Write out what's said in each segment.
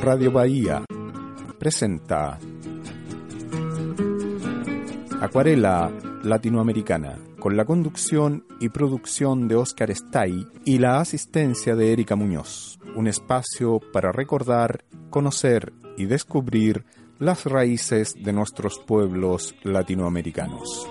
Radio Bahía presenta Acuarela Latinoamericana, con la conducción y producción de Óscar Estay y la asistencia de Erika Muñoz. Un espacio para recordar, conocer y descubrir las raíces de nuestros pueblos latinoamericanos.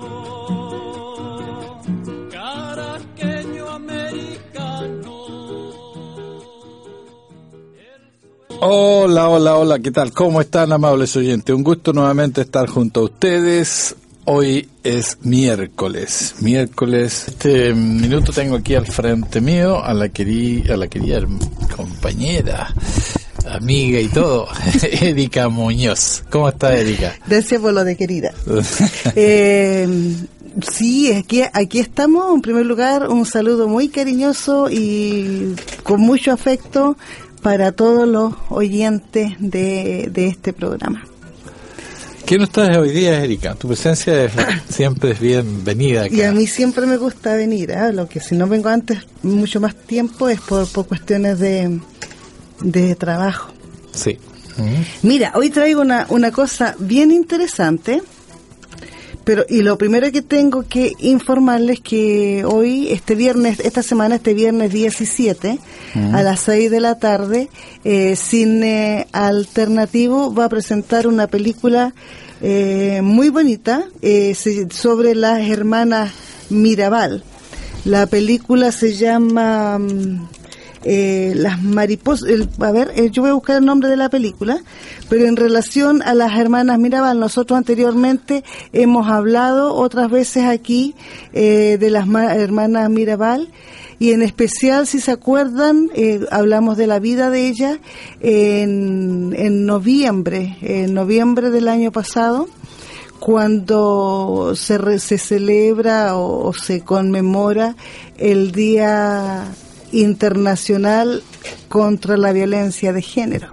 Hola, ¿qué tal? ¿Cómo están, amables oyentes? Un gusto nuevamente estar junto a ustedes. Hoy es miércoles. Este minuto tengo aquí al frente mío a la querida compañera, amiga y todo, Erika Muñoz. ¿Cómo está, Erika? Gracias por lo de querida. Sí, aquí estamos. En primer lugar, un saludo muy cariñoso y con mucho afecto para todos los oyentes de este programa. ¿Qué nos traes hoy día, Erika? Tu presencia siempre es bienvenida acá. Y a mí siempre me gusta venir, ¿eh? Lo que si no vengo antes mucho más tiempo es por cuestiones de trabajo. Sí. Mira, hoy traigo una cosa bien interesante, y lo primero que tengo que informarles que hoy, este viernes 17, a las 6 de la tarde, Cine Alternativo va a presentar una película muy bonita sobre las hermanas Mirabal. La película se llama Las mariposas. Yo voy a buscar el nombre de la película, pero en relación a las hermanas Mirabal, nosotros anteriormente hemos hablado otras veces aquí de las hermanas Mirabal, y en especial, si se acuerdan, hablamos de la vida de ellas en noviembre del año pasado, cuando se celebra o se conmemora el Día Internacional contra la Violencia de Género.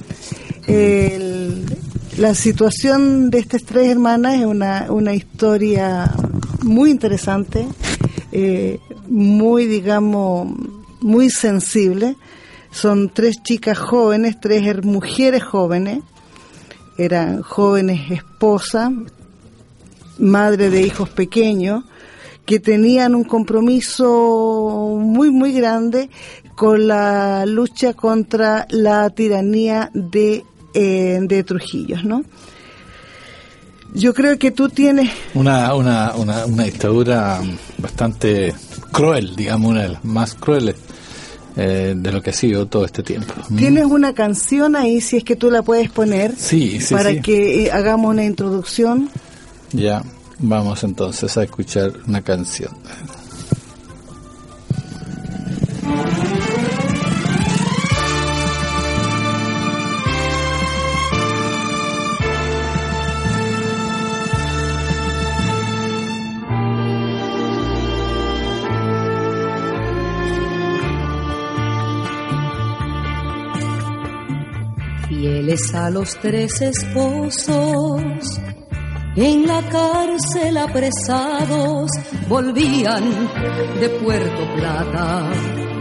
La situación de estas tres hermanas es una historia muy interesante, muy sensible. Son tres chicas jóvenes, tres mujeres jóvenes, eran jóvenes esposas, madre de hijos pequeños, que tenían un compromiso muy, muy grande con la lucha contra la tiranía de Trujillo, ¿no? Yo creo que tú tienes una dictadura bastante cruel, digamos, una de las más crueles de lo que ha sido todo este tiempo. Tienes una canción ahí, si es que tú la puedes poner, sí, para que hagamos una introducción. Ya, vamos entonces a escuchar una canción. Fieles a los tres esposos, en la cárcel apresados, volvían de Puerto Plata.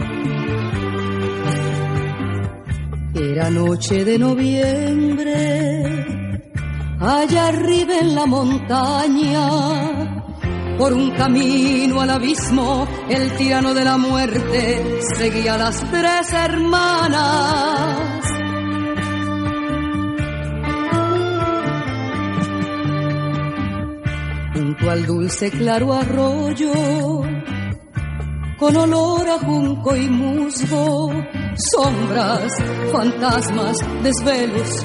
Era noche de noviembre, allá arriba en la montaña, por un camino al abismo, el tirano de la muerte seguía a las tres hermanas. Junto al dulce claro arroyo, con olor a junco y musgo, sombras, fantasmas, desvelos.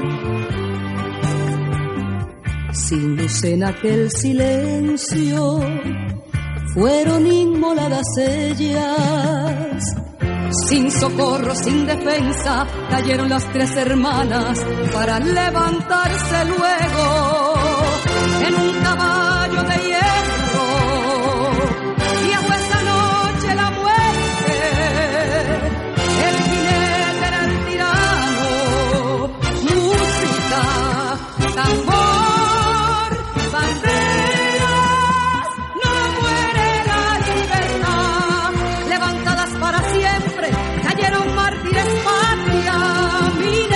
Sin luz en aquel silencio, fueron inmoladas ellas. Sin socorro, sin defensa, cayeron las tres hermanas para levantarse luego en un caballo de hierro. Y a esa noche la muerte, el jinete era el tirano. Música, tambor, banderas, no muere la libertad. Levantadas para siempre, cayeron mártires patria.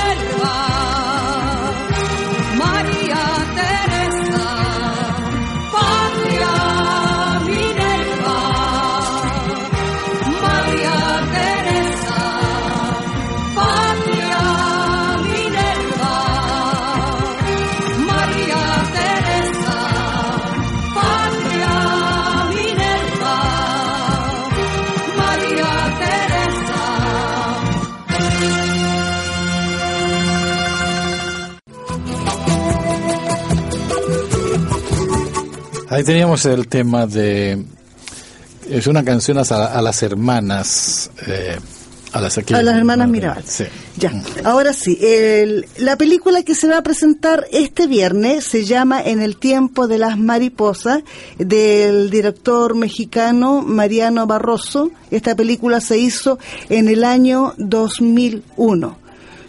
Ahí teníamos el tema de... Es una canción a las hermanas... a las hermanas Mirabal. Sí. Ya, ahora sí, la película que se va a presentar este viernes se llama En el tiempo de las mariposas, del director mexicano Mariano Barroso. Esta película se hizo en el año 2001.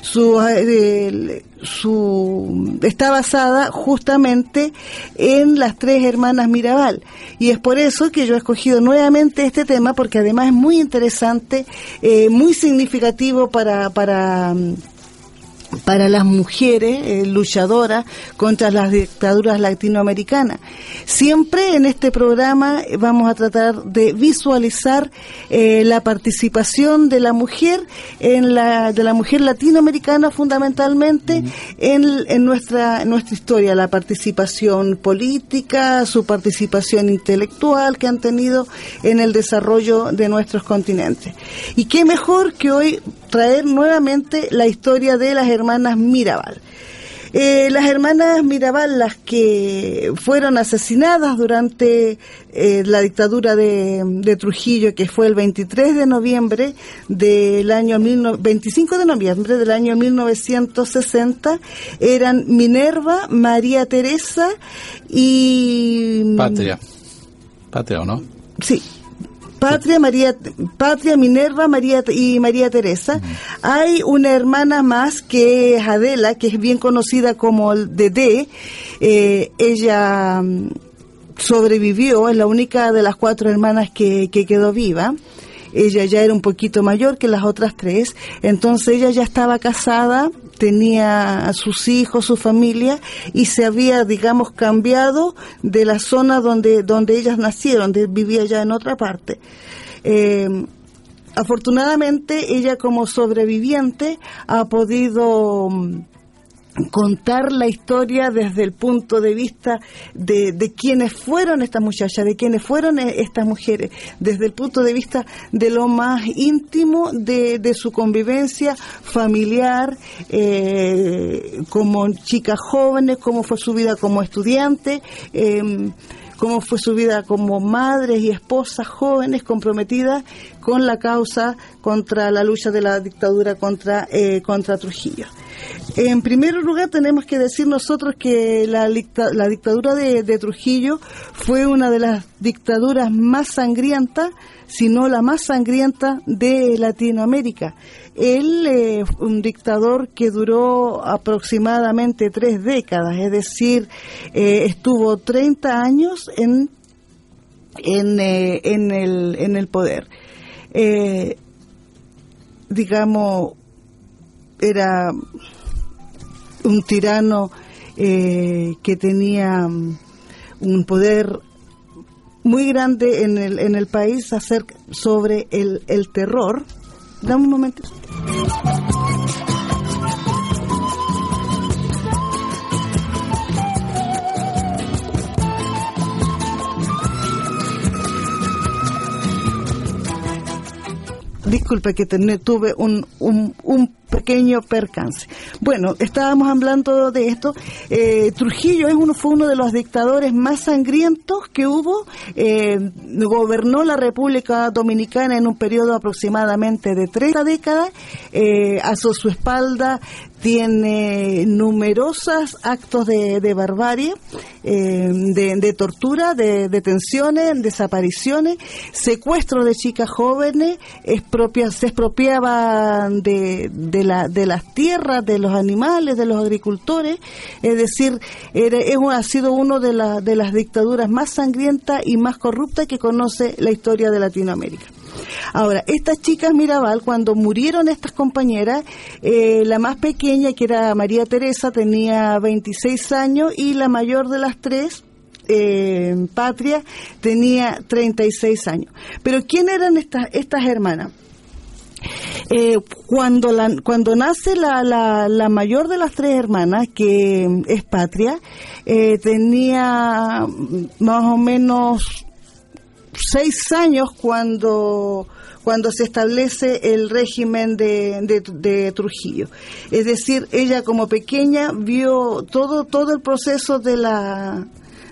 Está basada justamente en las tres hermanas Mirabal, y es por eso que yo he escogido nuevamente este tema, porque además es muy interesante, muy significativo para las mujeres luchadoras contra las dictaduras latinoamericanas. Siempre en este programa vamos a tratar de visualizar la participación de la mujer de la mujer latinoamericana, fundamentalmente en nuestra historia, la participación política, su participación intelectual que han tenido en el desarrollo de nuestros continentes. Y qué mejor que hoy traer nuevamente la historia de las hermanas Mirabal. Las hermanas Mirabal, las que fueron asesinadas durante la dictadura de Trujillo, que fue el 25 de noviembre del año 1960, eran Minerva, María Teresa y... Patria, ¿o no? Sí. Patria, Minerva, María y María Teresa. Hay una hermana más que es Adela, que es bien conocida como Dedé. Ella sobrevivió, es la única de las 4 hermanas que quedó viva. Ella ya era un poquito mayor que las otras 3, entonces ella ya estaba casada, tenía a sus hijos, su familia, y se había, digamos, cambiado de la zona donde ellas nacieron, vivía ya en otra parte. Afortunadamente, ella como sobreviviente ha podido contar la historia desde el punto de vista de quiénes fueron estas muchachas, de quiénes fueron estas mujeres, desde el punto de vista de lo más íntimo de su convivencia familiar, como chicas jóvenes, cómo fue su vida como estudiante, cómo fue su vida como madres y esposas jóvenes comprometidas con la causa contra la lucha de la dictadura contra Trujillo. En primer lugar, tenemos que decir nosotros que la dictadura de Trujillo fue una de las dictaduras más sangrientas, si no la más sangrienta de Latinoamérica. Él un dictador que duró aproximadamente 3 décadas, es decir, estuvo 30 años en el poder. Digamos, era un tirano que tenía un poder muy grande en el país sobre el terror. Dame un momento. Disculpe que tuve un pequeño percance. Bueno, estábamos hablando de esto. Trujillo fue uno de los dictadores más sangrientos que hubo. Gobernó la República Dominicana en un periodo aproximadamente de 30 décadas. A su espalda tiene numerosos actos de barbarie, de tortura, de detenciones, desapariciones, secuestro de chicas jóvenes, se expropiaban de las tierras, de los animales, de los agricultores. Es decir, ha sido una de las dictaduras más sangrientas y más corruptas que conoce la historia de Latinoamérica. Ahora, estas chicas Mirabal, cuando murieron estas compañeras, la más pequeña, que era María Teresa, tenía 26 años, y la mayor de las 3, Patria, tenía 36 años. Pero ¿quién eran estas hermanas? Cuando nace la mayor de las 3 hermanas, que es Patria, tenía más o menos 6 años cuando se establece el régimen de Trujillo. Es decir, ella como pequeña vio todo el proceso de la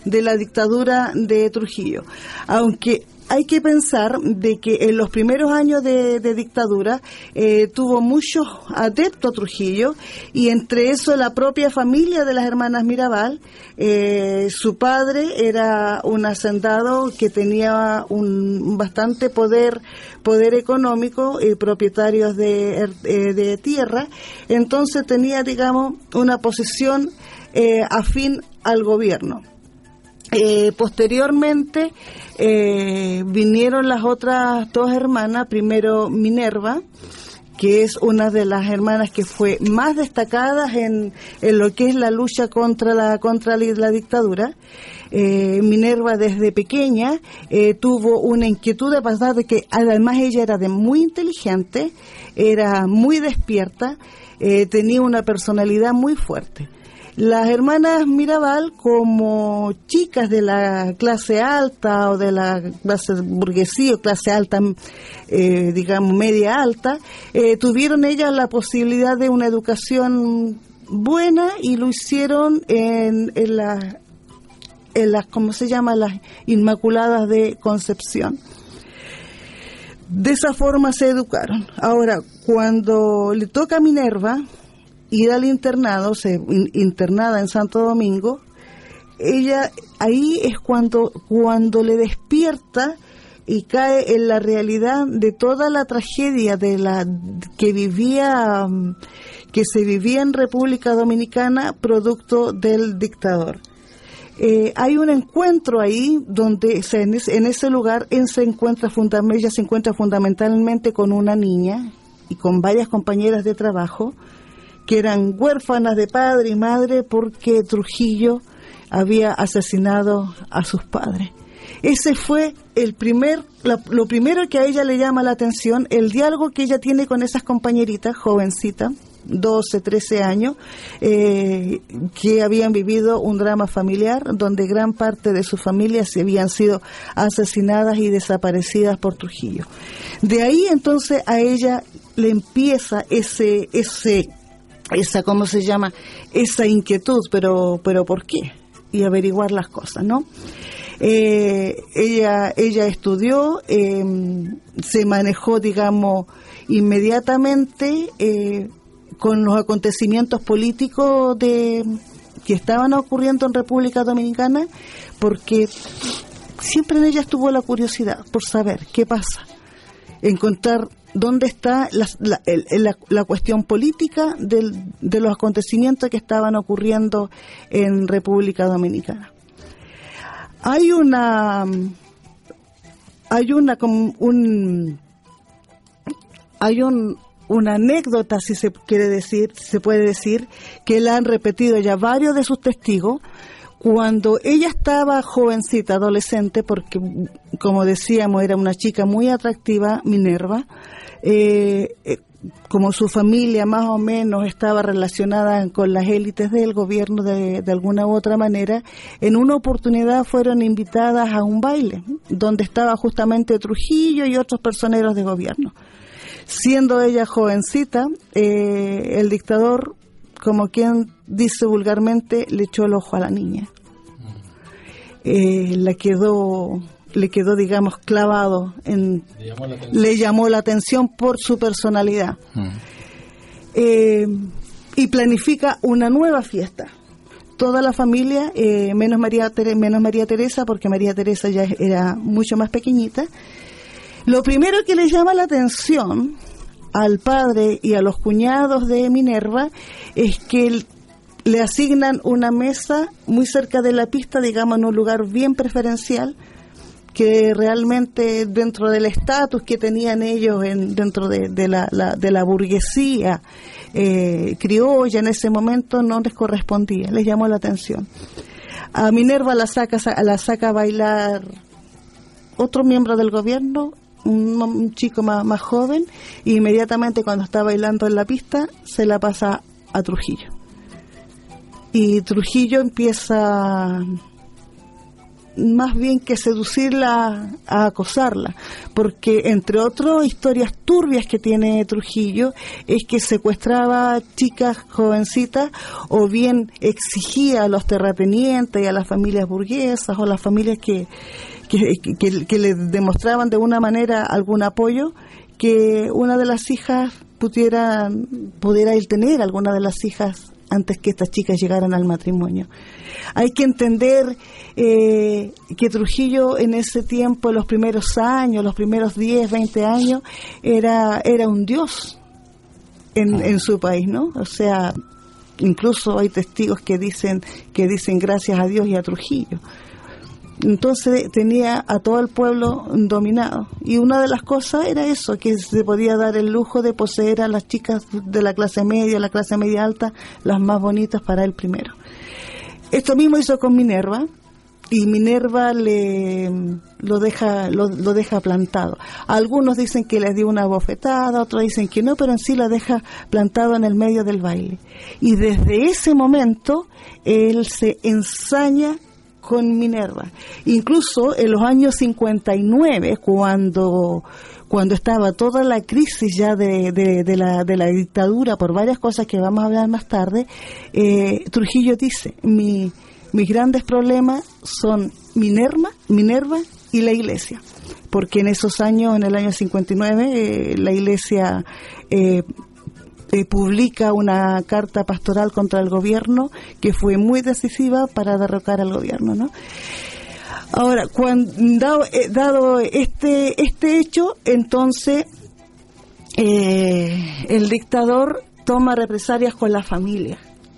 de la dictadura de Trujillo. Aunque hay que pensar de que en los primeros años de dictadura tuvo muchos adeptos a Trujillo, y entre eso la propia familia de las hermanas Mirabal. Su padre era un hacendado que tenía un bastante poder económico, propietarios de tierra, entonces tenía, digamos, una posición afín al gobierno. Posteriormente vinieron las otras dos hermanas, primero Minerva, que es una de las hermanas que fue más destacadas en lo que es la lucha contra la dictadura. Minerva desde pequeña tuvo una inquietud, a pesar de que además ella era muy inteligente, era muy despierta, tenía una personalidad muy fuerte. Las hermanas Mirabal, como chicas de la clase alta o de la clase burguesía o clase alta, digamos media alta, tuvieron ellas la posibilidad de una educación buena, y lo hicieron en las ¿cómo se llama? Las Inmaculadas de Concepción. De esa forma se educaron. Ahora, cuando le toca a Minerva ir al internado, internada en Santo Domingo, ella ahí es cuando le despierta y cae en la realidad de toda la tragedia que se vivía en República Dominicana producto del dictador. Hay un encuentro ahí donde en ese lugar ella se encuentra fundamentalmente con una niña y con varias compañeras de trabajo que eran huérfanas de padre y madre porque Trujillo había asesinado a sus padres. Ese fue lo primero que a ella le llama la atención, el diálogo que ella tiene con esas compañeritas jovencitas, 12, 13 años, que habían vivido un drama familiar donde gran parte de sus familias habían sido asesinadas y desaparecidas por Trujillo. De ahí entonces a ella le empieza esa ¿cómo se llama? Esa inquietud, pero ¿por qué? Y averiguar las cosas, ¿no? Ella estudió, se manejó, digamos, inmediatamente con los acontecimientos políticos que estaban ocurriendo en República Dominicana, porque siempre en ella estuvo la curiosidad por saber qué pasa, encontrar dónde está la cuestión política de los acontecimientos que estaban ocurriendo en República Dominicana. Hay una anécdota, si se puede decir, que la han repetido ya varios de sus testigos. Cuando ella estaba jovencita, adolescente, porque como decíamos era una chica muy atractiva, Minerva, como su familia más o menos estaba relacionada con las élites del gobierno de alguna u otra manera, en una oportunidad fueron invitadas a un baile donde estaba justamente Trujillo y otros personeros de gobierno. Siendo ella jovencita, el dictador, como quien dice vulgarmente, le echó el ojo a la niña. Le quedó, digamos, clavado le llamó la atención por su personalidad. Y planifica una nueva fiesta. Toda la familia, menos María Teresa, porque María Teresa ya era mucho más pequeñita. Lo primero que le llama la atención al padre y a los cuñados de Minerva es que le asignan una mesa muy cerca de la pista, digamos, en un lugar bien preferencial, que realmente dentro del estatus que tenían ellos dentro de la burguesía criolla en ese momento no les correspondía, les llamó la atención. A Minerva la saca a bailar otro miembro del gobierno, un chico más joven, y inmediatamente cuando está bailando en la pista se la pasa a Trujillo. Y Trujillo empieza más bien que seducirla a acosarla, porque entre otras historias turbias que tiene Trujillo es que secuestraba chicas jovencitas o bien exigía a los terratenientes y a las familias burguesas o las familias que le demostraban de una manera algún apoyo, que una de las hijas pudiera ir tener alguna de las hijas antes que estas chicas llegaran al matrimonio. Hay que entender que Trujillo en ese tiempo, en los primeros años, los primeros 10, 20 años, era un dios en su país, ¿no? O sea, incluso hay testigos que dicen gracias a Dios y a Trujillo. Entonces tenía a todo el pueblo dominado, y una de las cosas era eso, que se podía dar el lujo de poseer a las chicas de la clase media alta, las más bonitas para él primero. Esto mismo hizo con Minerva, y Minerva lo deja plantado. Algunos dicen que le dio una bofetada, otros dicen que no, pero en sí lo deja plantado en el medio del baile. Y desde ese momento él se ensaña con Minerva. Incluso en los años 59, cuando estaba toda la crisis ya de la dictadura por varias cosas que vamos a hablar más tarde, Trujillo dice, mis grandes problemas son Minerva y la Iglesia, porque en esos años, en el año 59, la Iglesia publica una carta pastoral contra el gobierno que fue muy decisiva para derrocar al gobierno, ¿no? Ahora, dado este hecho, entonces el dictador toma represalias con la familia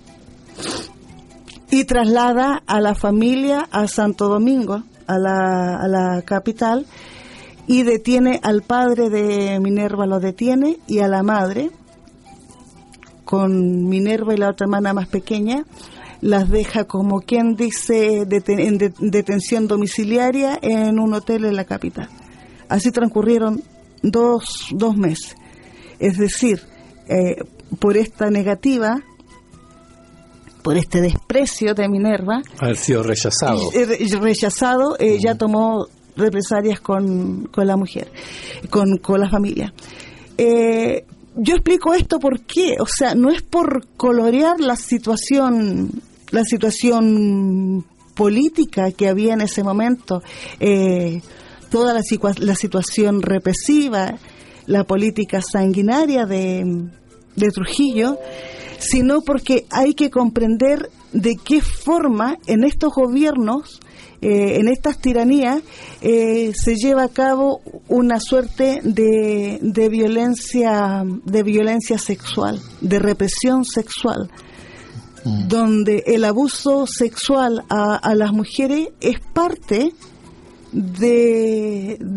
y traslada a la familia a Santo Domingo, a la capital, y detiene al padre de Minerva, lo detiene, y a la madre, con Minerva y la otra hermana más pequeña, las deja, como quien dice, en detención domiciliaria en un hotel en la capital. Así transcurrieron dos meses. Es decir, por esta negativa, por este desprecio de Minerva, haber sido rechazado. Ya tomó represalias con la mujer, con la familia. Yo explico esto porque, o sea, no es por colorear la situación política que había en ese momento, toda la situación represiva, la política sanguinaria de Trujillo, sino porque hay que comprender de qué forma en estos gobiernos, en estas tiranías, se lleva a cabo una suerte de violencia sexual, de represión sexual, donde el abuso sexual a las mujeres es parte de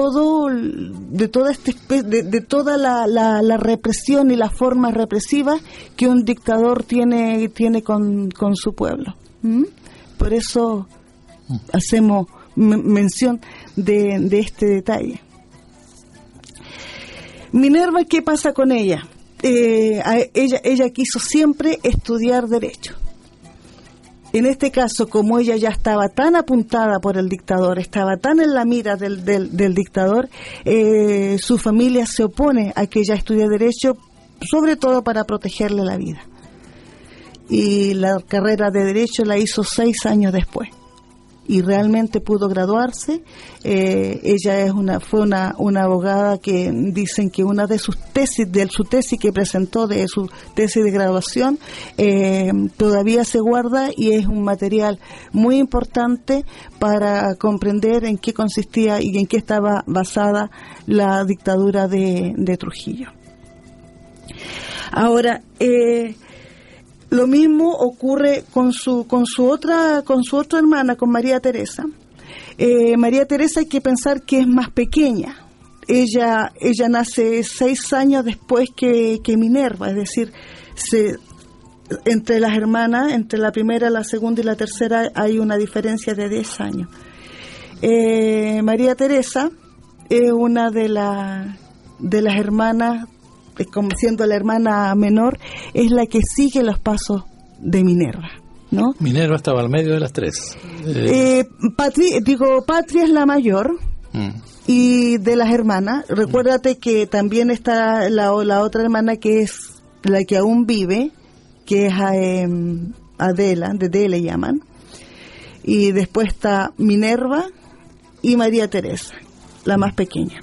toda la represión y las formas represivas que un dictador tiene con su pueblo. Por eso hacemos mención de este detalle. Minerva, ¿qué pasa con ella? Ella quiso siempre estudiar Derecho. En este caso, como ella ya estaba tan apuntada por el dictador, estaba tan en la mira del dictador, su familia se opone a que ella estudie Derecho, sobre todo para protegerle la vida. Y la carrera de Derecho la hizo 6 años después. Y realmente pudo graduarse. Ella fue una abogada que dicen que una de sus tesis, su tesis que presentó, de su tesis de graduación, todavía se guarda, y es un material muy importante para comprender en qué consistía y en qué estaba basada la dictadura de Trujillo. Ahora, lo mismo ocurre con su otra hermana, con María Teresa. María Teresa, hay que pensar que es más pequeña. Ella nace 6 años después que Minerva, es decir, entre las hermanas, entre la primera, la segunda y la tercera, hay una diferencia de 10 años. María Teresa es una de las hermanas, como siendo la hermana menor, es la que sigue los pasos de Minerva. ¿no? Minerva estaba al medio de las tres. Patria es la mayor. Y de las hermanas, recuérdate que también está la otra hermana que es la que aún vive, que es Adela, Dede le llaman. Y después está Minerva y María Teresa, la más pequeña.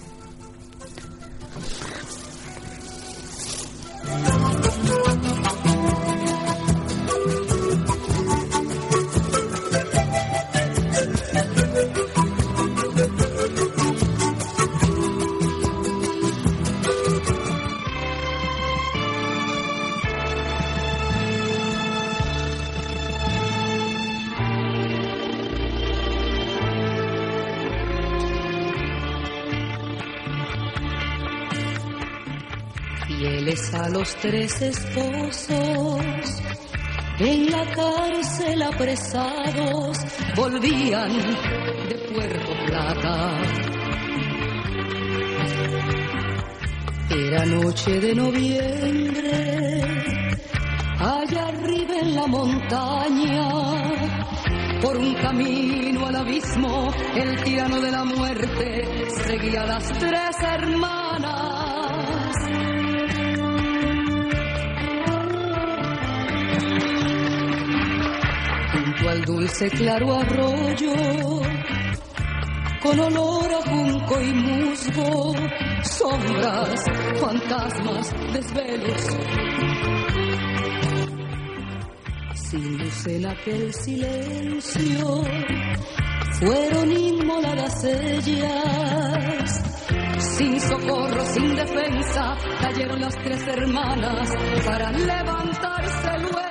Fieles a los 3 esposos, en la cárcel apresados, volvían de Puerto Plata. Era noche de noviembre, allá arriba en la montaña, por un camino al abismo, el tirano de la muerte seguía a las 3 hermanas. Junto al dulce claro arroyo, con olor a junco y musgo, sombras, fantasmas, desvelos. Sin luz en aquel silencio, fueron inmoladas ellas. Sin socorro, sin defensa, cayeron las 3 hermanas para levantarse luego.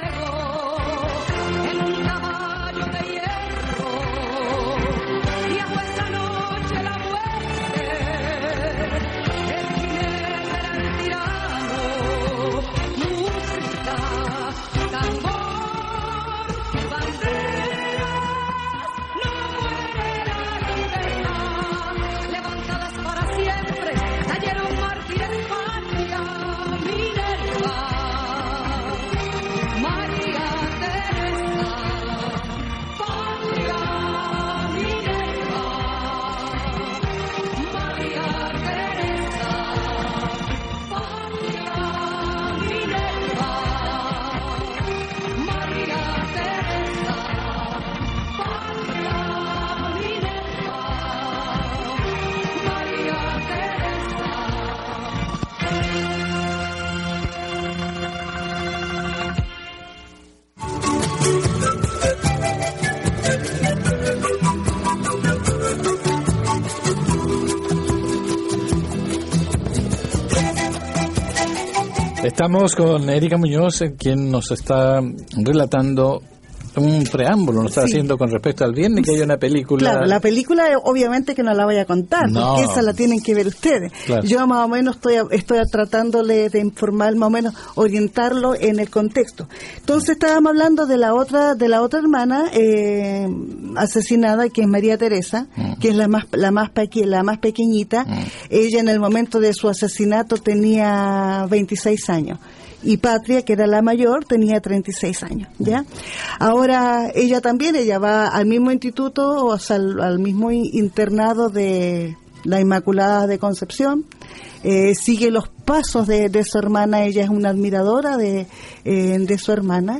Estamos con Erika Muñoz, quien nos está relatando un preámbulo, nos está haciendo con respecto al viernes, que hay una película. Claro, la película obviamente que no la voy a contar, no, porque esa la tienen que ver ustedes. Claro. Yo más o menos estoy tratándole de informar, más o menos orientarlo en el contexto. Entonces estábamos hablando de la otra hermana asesinada, que es María Teresa, que es la más pequeñita. Ella en el momento de su asesinato tenía 26 años. Y Patria, que era la mayor, tenía 36 años, ¿ya? Ahora, ella va al mismo instituto, o sea, al mismo internado de la Inmaculada de Concepción, sigue los pasos de su hermana. Ella es una admiradora de su hermana,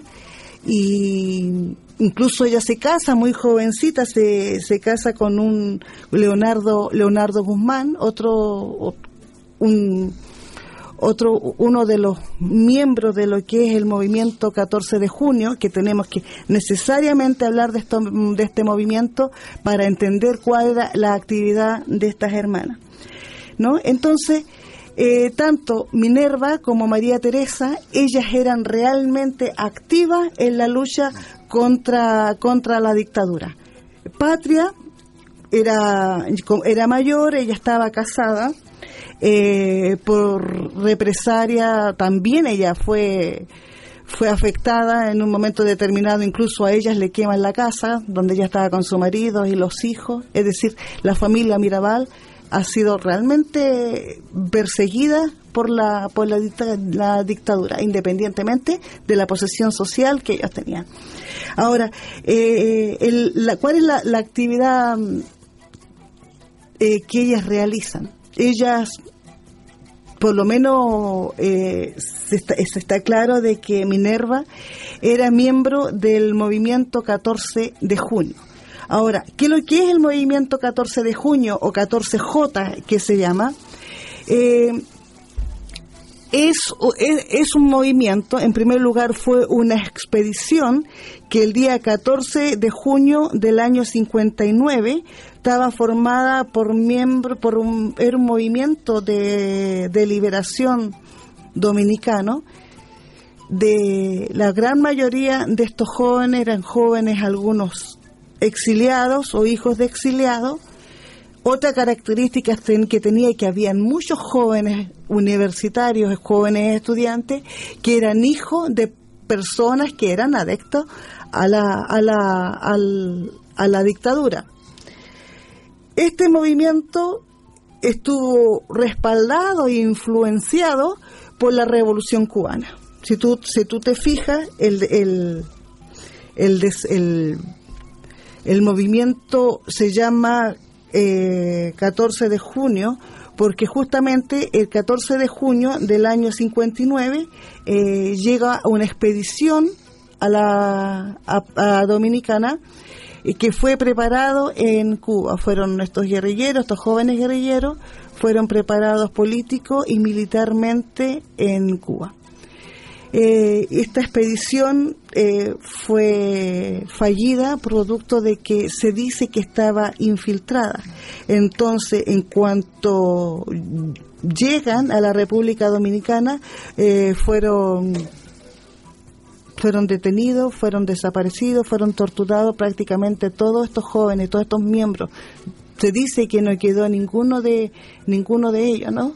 y incluso ella se casa muy jovencita, se casa con un Leonardo Guzmán, uno de los miembros de lo que es el movimiento 14 de junio, que tenemos que necesariamente hablar de este movimiento para entender cuál era la actividad de estas hermanas, ¿no? Entonces, tanto Minerva como María Teresa, ellas eran realmente activas en la lucha contra la dictadura. Patria era mayor, ella estaba casada. Por represalia también ella fue afectada en un momento determinado. Incluso a ellas le queman la casa donde ella estaba con su marido y los hijos, es decir, la familia Mirabal ha sido realmente perseguida por la dictadura, independientemente de la posesión social que ellos tenían. Ahora, ¿cuál es la actividad que ellas realizan? Ellas, por lo menos, se está claro de que Minerva era miembro del movimiento 14 de junio. Ahora, ¿qué es lo que es el movimiento 14 de junio o 14J que se llama? Es un movimiento, en primer lugar fue una expedición que el día 14 de junio del año 59 estaba formada era un movimiento de liberación dominicano. De la gran mayoría de estos jóvenes eran jóvenes, algunos exiliados o hijos de exiliados. Otra característica que tenía que habían muchos jóvenes universitarios, jóvenes estudiantes, que eran hijos de personas que eran adeptos a la dictadura. Este movimiento estuvo respaldado e influenciado por la Revolución Cubana. Si tú te fijas, el movimiento se llama 14 de junio, porque justamente el 14 de junio del año 59 llega una expedición a Dominicana que fue preparado en Cuba. Fueron estos jóvenes guerrilleros, fueron preparados político y militarmente en Cuba. Esta expedición fue fallida producto de que se dice que estaba infiltrada. Entonces, en cuanto llegan a la República Dominicana, fueron detenidos, fueron desaparecidos, fueron torturados prácticamente todos estos jóvenes, todos estos miembros. Se dice que no quedó ninguno de ellos, ¿no?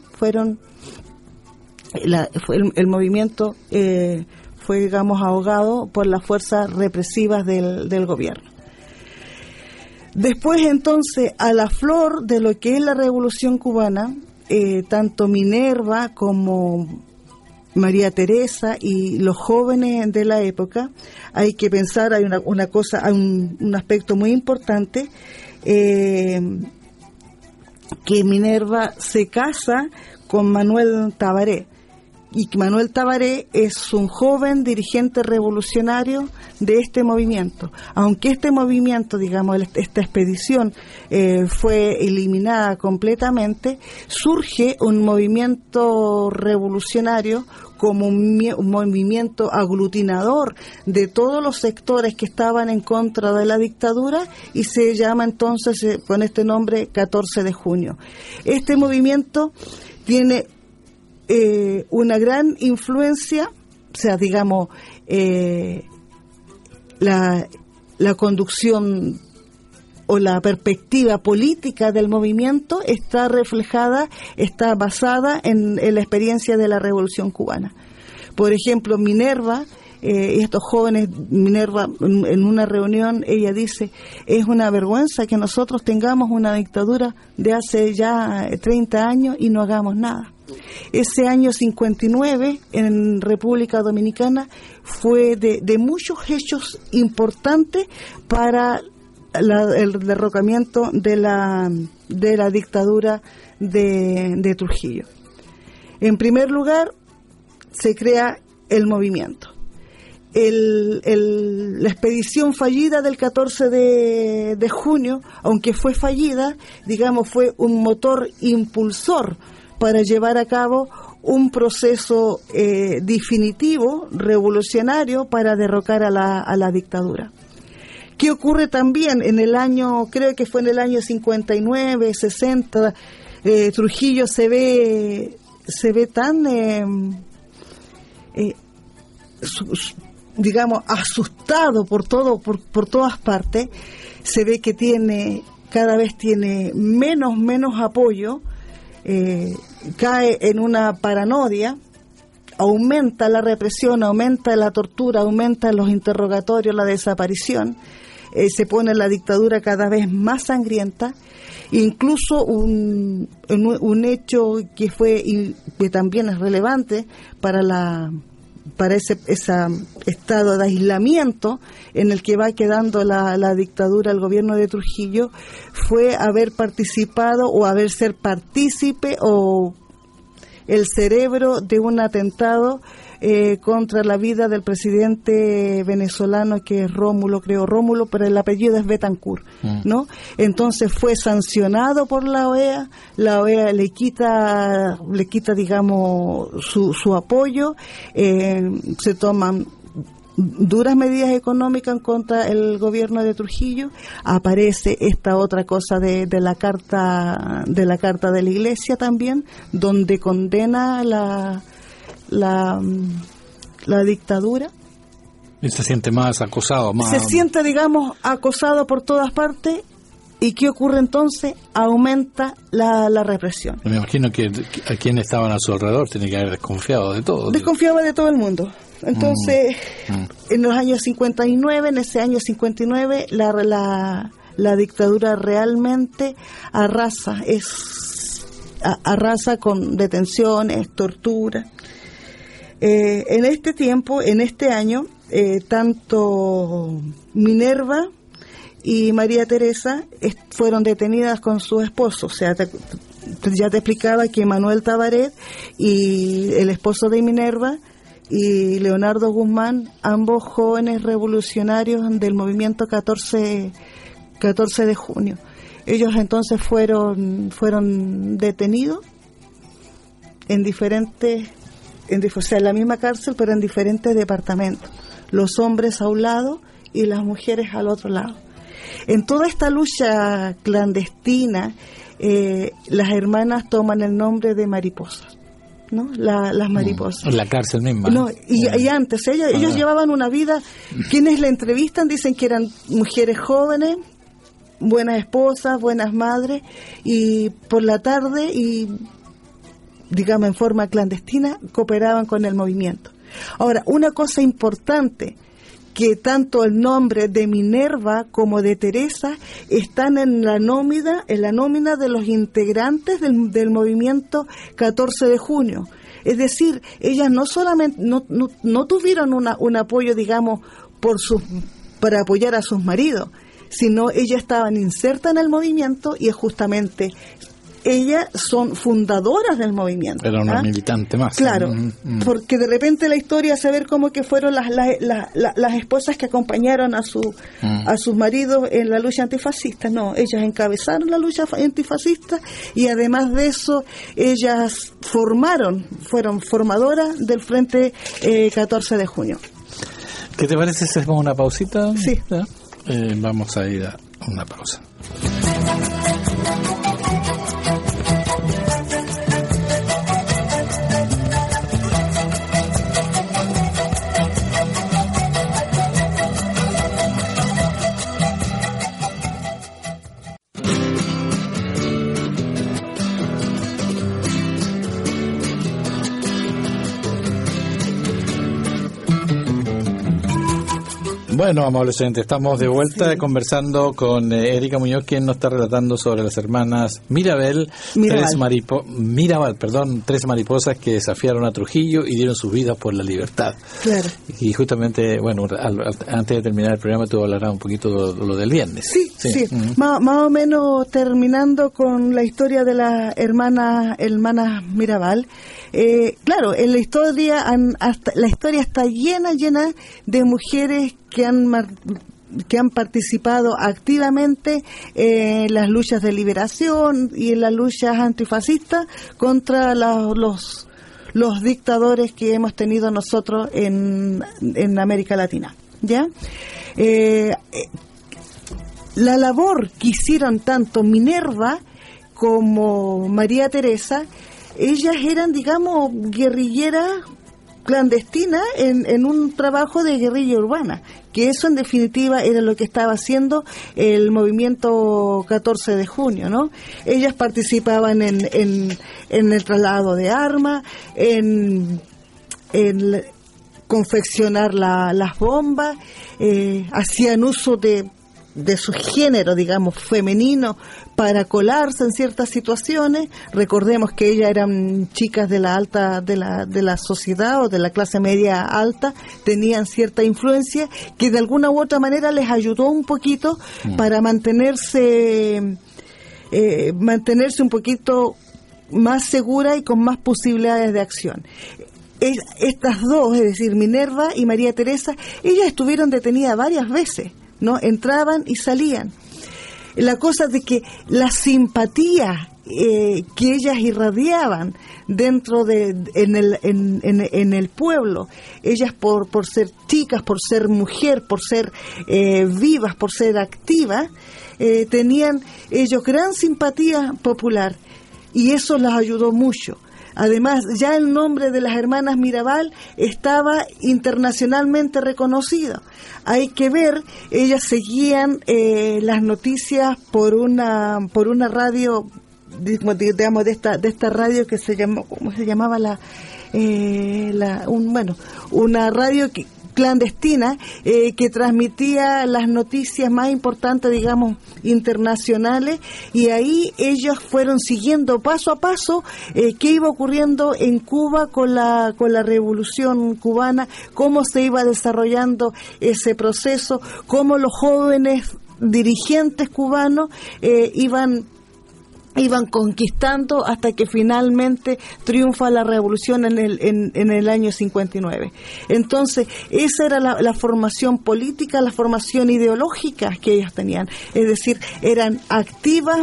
El movimiento fue, digamos, ahogado por las fuerzas represivas del gobierno. Después, entonces, a la flor de lo que es la Revolución Cubana, tanto Minerva como María Teresa y los jóvenes de la época, hay que pensar, hay un aspecto muy importante, que Minerva se casa con Manuel Tabaré. Y Manuel Tabaré es un joven dirigente revolucionario de este movimiento. Aunque este movimiento, digamos, esta expedición fue eliminada completamente, surge un movimiento revolucionario como un movimiento aglutinador de todos los sectores que estaban en contra de la dictadura, y se llama entonces con este nombre 14 de junio. Este movimiento tiene una gran influencia, o sea, digamos, la conducción o la perspectiva política del movimiento está basada en la experiencia de la Revolución Cubana. Por ejemplo, Minerva, estos jóvenes, Minerva, en una reunión, ella dice: es una vergüenza que nosotros tengamos una dictadura de hace ya 30 años y no hagamos nada. Ese año 59 en República Dominicana fue de muchos hechos importantes para el derrocamiento de la dictadura de Trujillo. En primer lugar, se crea el movimiento. La expedición fallida del 14 de junio, aunque fue fallida, digamos, fue un motor impulsor para llevar a cabo un proceso definitivo, revolucionario, para derrocar a la dictadura. ¿Qué ocurre también en el año, creo que fue en el año 59, 60, Trujillo se ve tan, digamos, asustado por todas partes, se ve que cada vez tiene menos apoyo, cae en una paranoia, aumenta la represión, aumenta la tortura, aumenta los interrogatorios, la desaparición. se pone la dictadura cada vez más sangrienta. Incluso un hecho que fue y que también es relevante para ese estado de aislamiento en el que va quedando la dictadura, el gobierno de Trujillo, fue haber participado o haber ser partícipe o el cerebro de un atentado contra la vida del presidente venezolano, que es Rómulo, pero el apellido es Betancourt, ¿no? Entonces fue sancionado por la OEA le quita digamos su apoyo, se toman duras medidas económicas contra el gobierno de Trujillo. Aparece esta otra cosa de la carta de la Iglesia también, donde condena la dictadura. Y se siente más acosado, se siente, digamos, acosado por todas partes. ¿Y qué ocurre entonces? Aumenta la represión. Me imagino que a quienes estaban a su alrededor tiene que haber desconfiado de todo. Desconfiaba de todo el mundo. Entonces, en los años 59, en ese año 59, la dictadura realmente arrasa con detenciones, tortura. En este tiempo, en este año, tanto Minerva y María Teresa fueron detenidas con su esposo. O sea, ya te explicaba que Manuel Tabaret y el esposo de Minerva y Leonardo Guzmán, ambos jóvenes revolucionarios del movimiento 14 de junio. Ellos entonces fueron detenidos en la misma cárcel, pero en diferentes departamentos. Los hombres a un lado y las mujeres al otro lado. En toda esta lucha clandestina, las hermanas toman el nombre de mariposas, ¿no? Las mariposas. En la cárcel misma. No, y antes, ellos llevaban una vida, quienes la entrevistan dicen que eran mujeres jóvenes, buenas esposas, buenas madres, y por la tarde, y digamos en forma clandestina, cooperaban con el movimiento. Ahora, una cosa importante, que tanto el nombre de Minerva como de Teresa están en la nómina de los integrantes del movimiento 14 de junio. Es decir, ellas no solamente no tuvieron un apoyo, digamos, para apoyar a sus maridos, sino ellas estaban insertas en el movimiento, y es justamente ellas son fundadoras del movimiento. Era una militante más. Claro, porque de repente la historia hace ver como que fueron las esposas que acompañaron a sus maridos en la lucha antifascista. No, ellas encabezaron la lucha antifascista, y además de eso, ellas fueron formadoras del Frente 14 de junio. ¿Qué te parece si hacemos una pausita? Sí. Vamos a ir a una pausa. Bueno, amables oyentes, estamos de vuelta conversando con Erika Muñoz, quien nos está relatando sobre las hermanas Mirabal, tres mariposas que desafiaron a Trujillo y dieron sus vidas por la libertad. Claro. Y justamente, bueno, antes de terminar el programa, tú hablarás un poquito de lo del viernes. Sí. Más o menos terminando con la historia de las hermanas Mirabal. Claro, en la historia está llena de mujeres que han participado activamente en las luchas de liberación y en las luchas antifascistas contra los dictadores que hemos tenido nosotros en América Latina, ¿ya? La labor que hicieron tanto Minerva como María Teresa, ellas eran, digamos, guerrilleras clandestinas en un trabajo de guerrilla urbana, que eso en definitiva era lo que estaba haciendo el movimiento 14 de junio, ¿no? Ellas participaban en el traslado de armas, en confeccionar las bombas, hacían uso de su género, digamos, femenino, para colarse en ciertas situaciones. Recordemos que ellas eran chicas de la alta, de la sociedad o de la clase media alta, tenían cierta influencia que de alguna u otra manera les ayudó un poquito para mantenerse un poquito más segura y con más posibilidades de acción. Estas dos, es decir, Minerva y María Teresa, ellas estuvieron detenidas varias veces, ¿no? Entraban y salían. La cosa de que la simpatía que ellas irradiaban dentro en el pueblo, ellas por ser chicas, por ser mujer, por ser vivas, por ser activas, tenían ellos gran simpatía popular, y eso las ayudó mucho. Además, ya el nombre de las hermanas Mirabal estaba internacionalmente reconocido. Hay que ver, ellas seguían las noticias por una radio, digamos, de esta radio que se llamó, ¿cómo se llamaba? Una radio clandestina que transmitía las noticias más importantes, digamos, internacionales, y ahí ellos fueron siguiendo paso a paso qué iba ocurriendo en Cuba con la revolución cubana, cómo se iba desarrollando ese proceso, cómo los jóvenes dirigentes cubanos iban conquistando hasta que finalmente triunfa la revolución en el año 59. Entonces, esa era la formación política, la formación ideológica que ellos tenían. Es decir, eran activas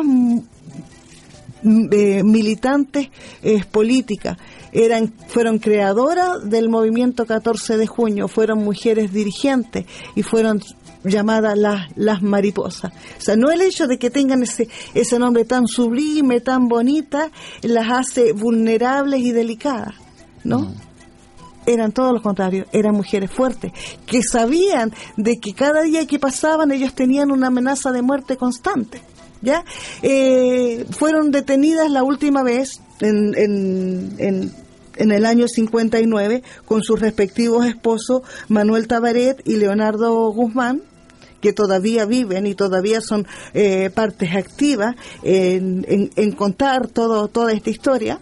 militantes políticas. Fueron creadoras del movimiento 14 de junio, fueron mujeres dirigentes y fueron llamadas las mariposas. O sea, no el hecho de que tengan ese nombre tan sublime, tan bonita, las hace vulnerables y delicadas, ¿no? Eran todo lo contrario, eran mujeres fuertes, que sabían de que cada día que pasaban ellos tenían una amenaza de muerte constante, ¿ya? Fueron detenidas la última vez en el año 59 con sus respectivos esposos Manuel Tabaret y Leonardo Guzmán, que todavía viven y todavía son partes activas en contar toda esta historia.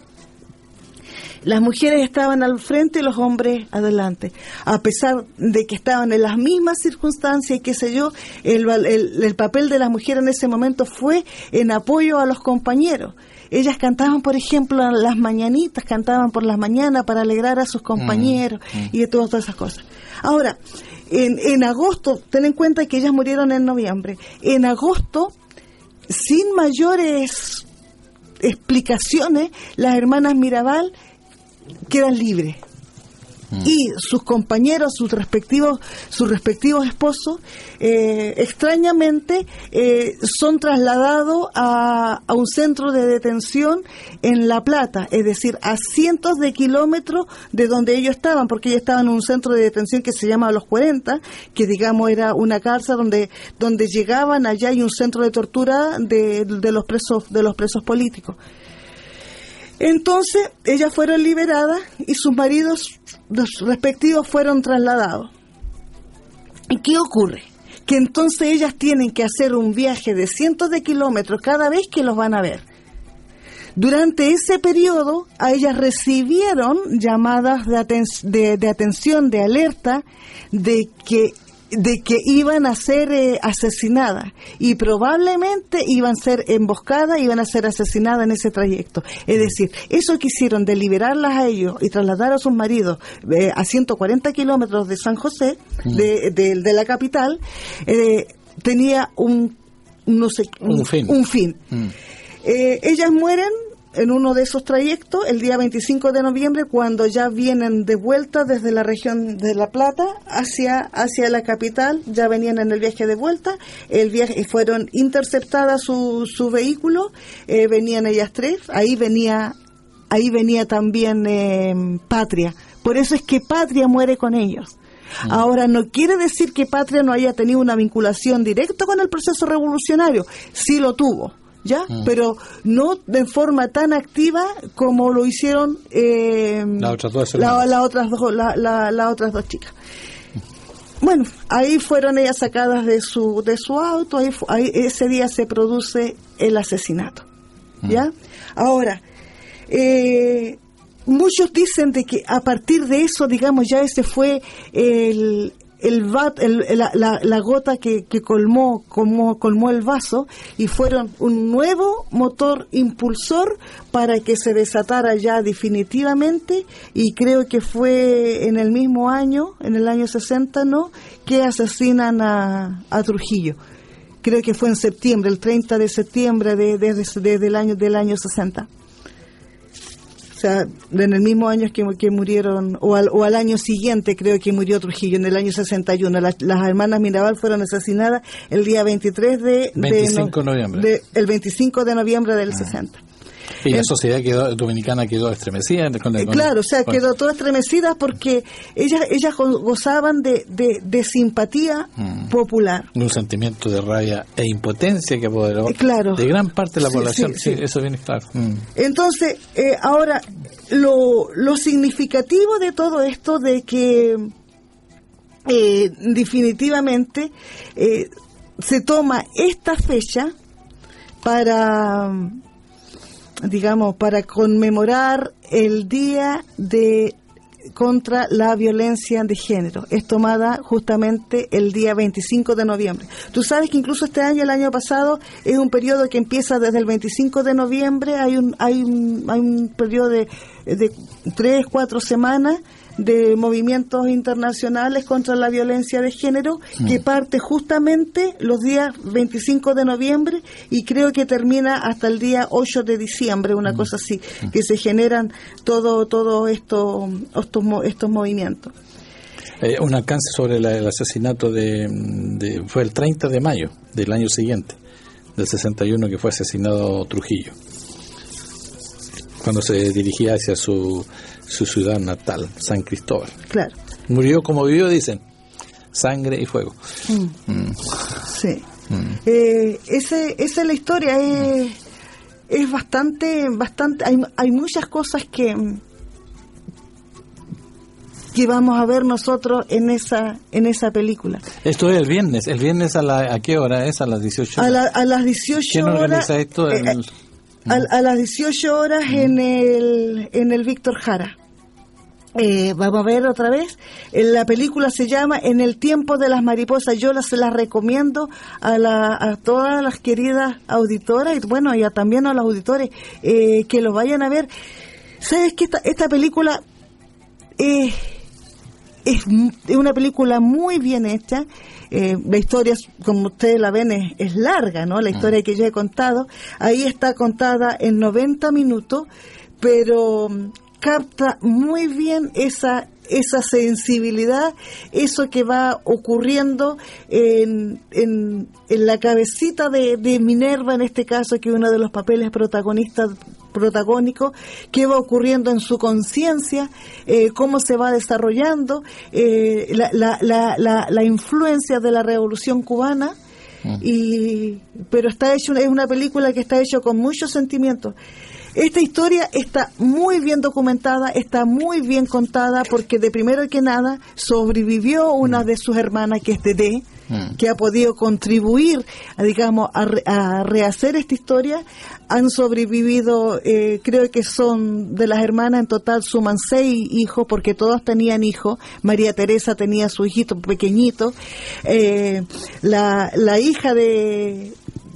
Las mujeres estaban al frente y los hombres adelante, a pesar de que estaban en las mismas circunstancias y qué sé yo. El papel de las mujeres en ese momento fue en apoyo a los compañeros. Ellas cantaban, por ejemplo, las mañanitas, cantaban por las mañanas para alegrar a sus compañeros y de todas esas cosas. Ahora, en agosto, ten en cuenta que ellas murieron en noviembre. En agosto, sin mayores explicaciones, las hermanas Mirabal quedan libres. Y sus compañeros, sus respectivos esposos, extrañamente son trasladados a un centro de detención en La Plata, es decir, a cientos de kilómetros de donde ellos estaban, porque ellos estaban en un centro de detención que se llama Los 40, que digamos era una cárcel donde llegaban. Allá hay un centro de tortura de los presos políticos. Entonces, ellas fueron liberadas y sus maridos respectivos fueron trasladados. ¿Y qué ocurre? Que entonces ellas tienen que hacer un viaje de cientos de kilómetros cada vez que los van a ver. Durante ese periodo, a ellas recibieron llamadas de atención, de alerta, de que iban a ser asesinadas, y probablemente iban a ser emboscadas, iban a ser asesinadas en ese trayecto. Es decir, eso que hicieron de liberarlas a ellos y trasladar a sus maridos a 140 kilómetros de San José, de la capital, tenía un fin. Ellas mueren en uno de esos trayectos el día 25 de noviembre, cuando ya vienen de vuelta desde la región de La Plata hacia la capital. Ya venían en el viaje de vuelta, fueron interceptadas su vehículo, venían ellas tres, ahí venía también Patria. Por eso es que Patria muere con ellos. Ahora, no quiere decir que Patria no haya tenido una vinculación directa con el proceso revolucionario, sí lo tuvo, ¿ya? Pero no de forma tan activa como lo hicieron las otras dos chicas. Bueno, ahí fueron ellas sacadas de su auto, ahí ese día se produce el asesinato, ¿ya? Ahora, muchos dicen de que a partir de eso, digamos, ya ese fue la gota que colmó el vaso, y fueron un nuevo motor impulsor para que se desatara ya definitivamente. Y creo que fue en el mismo año, en el año 60, ¿no?, que asesinan a Trujillo. Creo que fue en septiembre, el 30 de septiembre desde el año 60. O sea, en el mismo año que murieron, o al año siguiente creo que murió Trujillo, en el año 61. Las hermanas Mirabal fueron asesinadas el día 25 de noviembre. El 25 de noviembre del 60. Y la sociedad dominicana quedó estremecida. Claro, o sea, quedó toda estremecida porque ellas gozaban de simpatía popular. Un sentimiento de rabia e impotencia que apoderó de gran parte de la población. Sí, eso viene claro. Entonces, ahora, lo significativo de todo esto, de que definitivamente se toma esta fecha para conmemorar el Día contra la Violencia de Género. Es tomada justamente el día 25 de noviembre. Tú sabes que incluso este año, el año pasado, es un periodo que empieza desde el 25 de noviembre, hay un periodo de 3-4 semanas de movimientos internacionales contra la violencia de género, que parte justamente los días 25 de noviembre y creo que termina hasta el día 8 de diciembre, una cosa así, que se generan todo estos movimientos. Un alcance sobre el asesinato fue el 30 de mayo del año siguiente, del 61, que fue asesinado Trujillo, cuando se dirigía hacia su ciudad natal, San Cristóbal. Claro. Murió como vivió, dicen, sangre y fuego. Sí. Esa es la historia. Es bastante. Hay muchas cosas que vamos a ver nosotros en esa película. Esto es el viernes ¿a qué hora es? A las 18 horas. A las 18 ¿Quién horas. organiza esto? A las 18 horas en el Víctor Jara. Vamos a ver otra vez. La película se llama En el tiempo de las mariposas. Yo se las recomiendo a todas las queridas auditoras y también a los auditores que los vayan a ver. ¿Sabes qué? Esta película es una película muy bien hecha. La historia, como ustedes la ven, es larga, ¿no? La historia que yo he contado, ahí está contada en 90 minutos, pero capta muy bien esa sensibilidad, eso que va ocurriendo en la cabecita de Minerva, en este caso, que es uno de los papeles protagónicos, qué va ocurriendo en su conciencia, cómo se va desarrollando, la influencia de la Revolución Cubana, pero es una película que está hecha con muchos sentimientos. Esta historia está muy bien documentada, está muy bien contada, porque de primero que nada sobrevivió una de sus hermanas, que es Dedé, que ha podido contribuir, a rehacer esta historia. Han sobrevivido, creo que son de las hermanas en total suman 6 hijos, porque todas tenían hijos. María Teresa tenía su hijito pequeñito. La hija de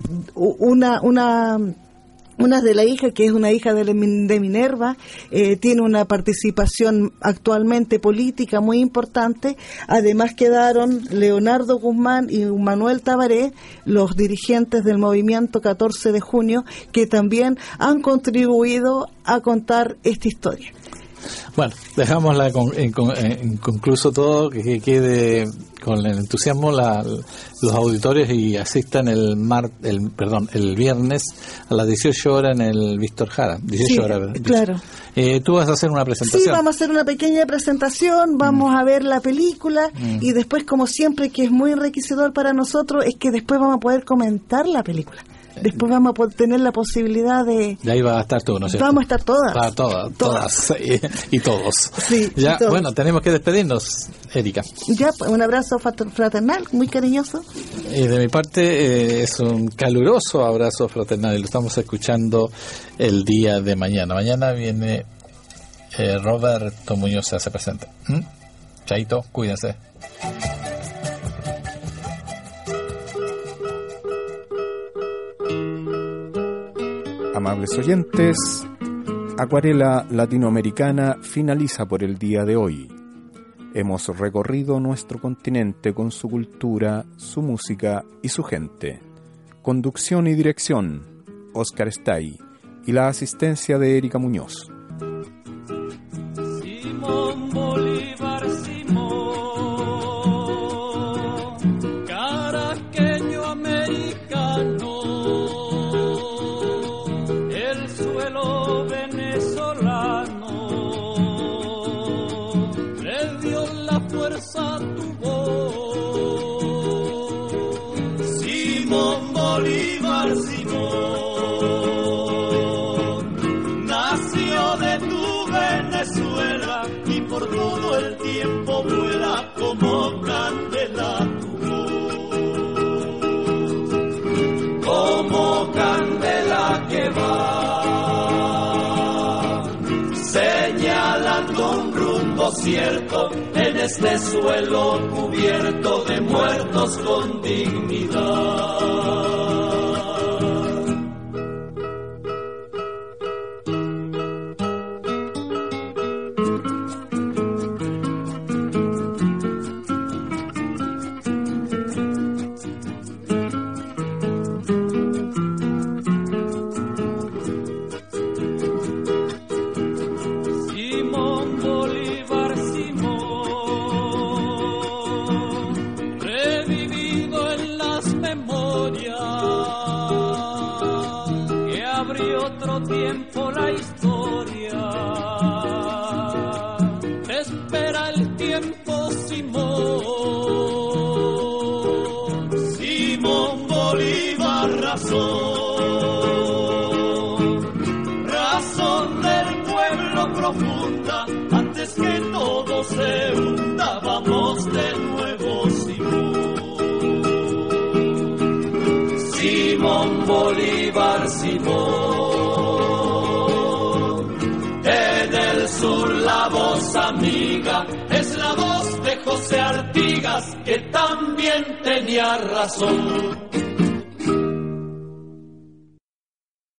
una de la hija, que es una hija de Minerva, tiene una participación actualmente política muy importante. Además quedaron Leonardo Guzmán y Manuel Tabaré, los dirigentes del movimiento 14 de junio, que también han contribuido a contar esta historia. Bueno, dejámosla inconcluso todo, que quede con el entusiasmo los auditores y asistan el viernes a las 18 horas en el Víctor Jara. 18 horas. Claro. Tú vas a hacer una presentación. Sí, vamos a hacer una pequeña presentación, vamos a ver la película y después, como siempre, que es muy enriquecedor para nosotros, es que después vamos a poder comentar la película. Después vamos a poder tener la posibilidad de... Y ahí va a estar tú, ¿no es cierto? Vamos a estar todas. Todas. Y todos. Sí, ya, y todos. Bueno, tenemos que despedirnos, Erika. Ya, pues, un abrazo fraternal, muy cariñoso. Y de mi parte es un caluroso abrazo fraternal y lo estamos escuchando el día de mañana. Mañana viene Roberto Muñoz, se hace presente. Chaito, cuídense. Amables oyentes, Acuarela Latinoamericana finaliza por el día de hoy. Hemos recorrido nuestro continente con su cultura, su música y su gente. Conducción y dirección, Óscar Stay, y la asistencia de Erika Muñoz. Simón Bolívar, Simón, caraqueño americano, el suelo venezolano, le dio la fuerza a tu voz. Simón Bolívar, Simón, nació de tu Venezuela y por todo el tiempo vuela como candela tu voz, como candela que va señalando un rumbo cierto en este suelo cubierto de muertos con dignidad. Tiempo la historia espera el tiempo. Simón Bolívar, razón del pueblo profunda, antes que todo se hunda, vamos de nuevo. Simón Bolívar, Simón, sur la voz amiga es la voz de José Artigas, que también tenía razón.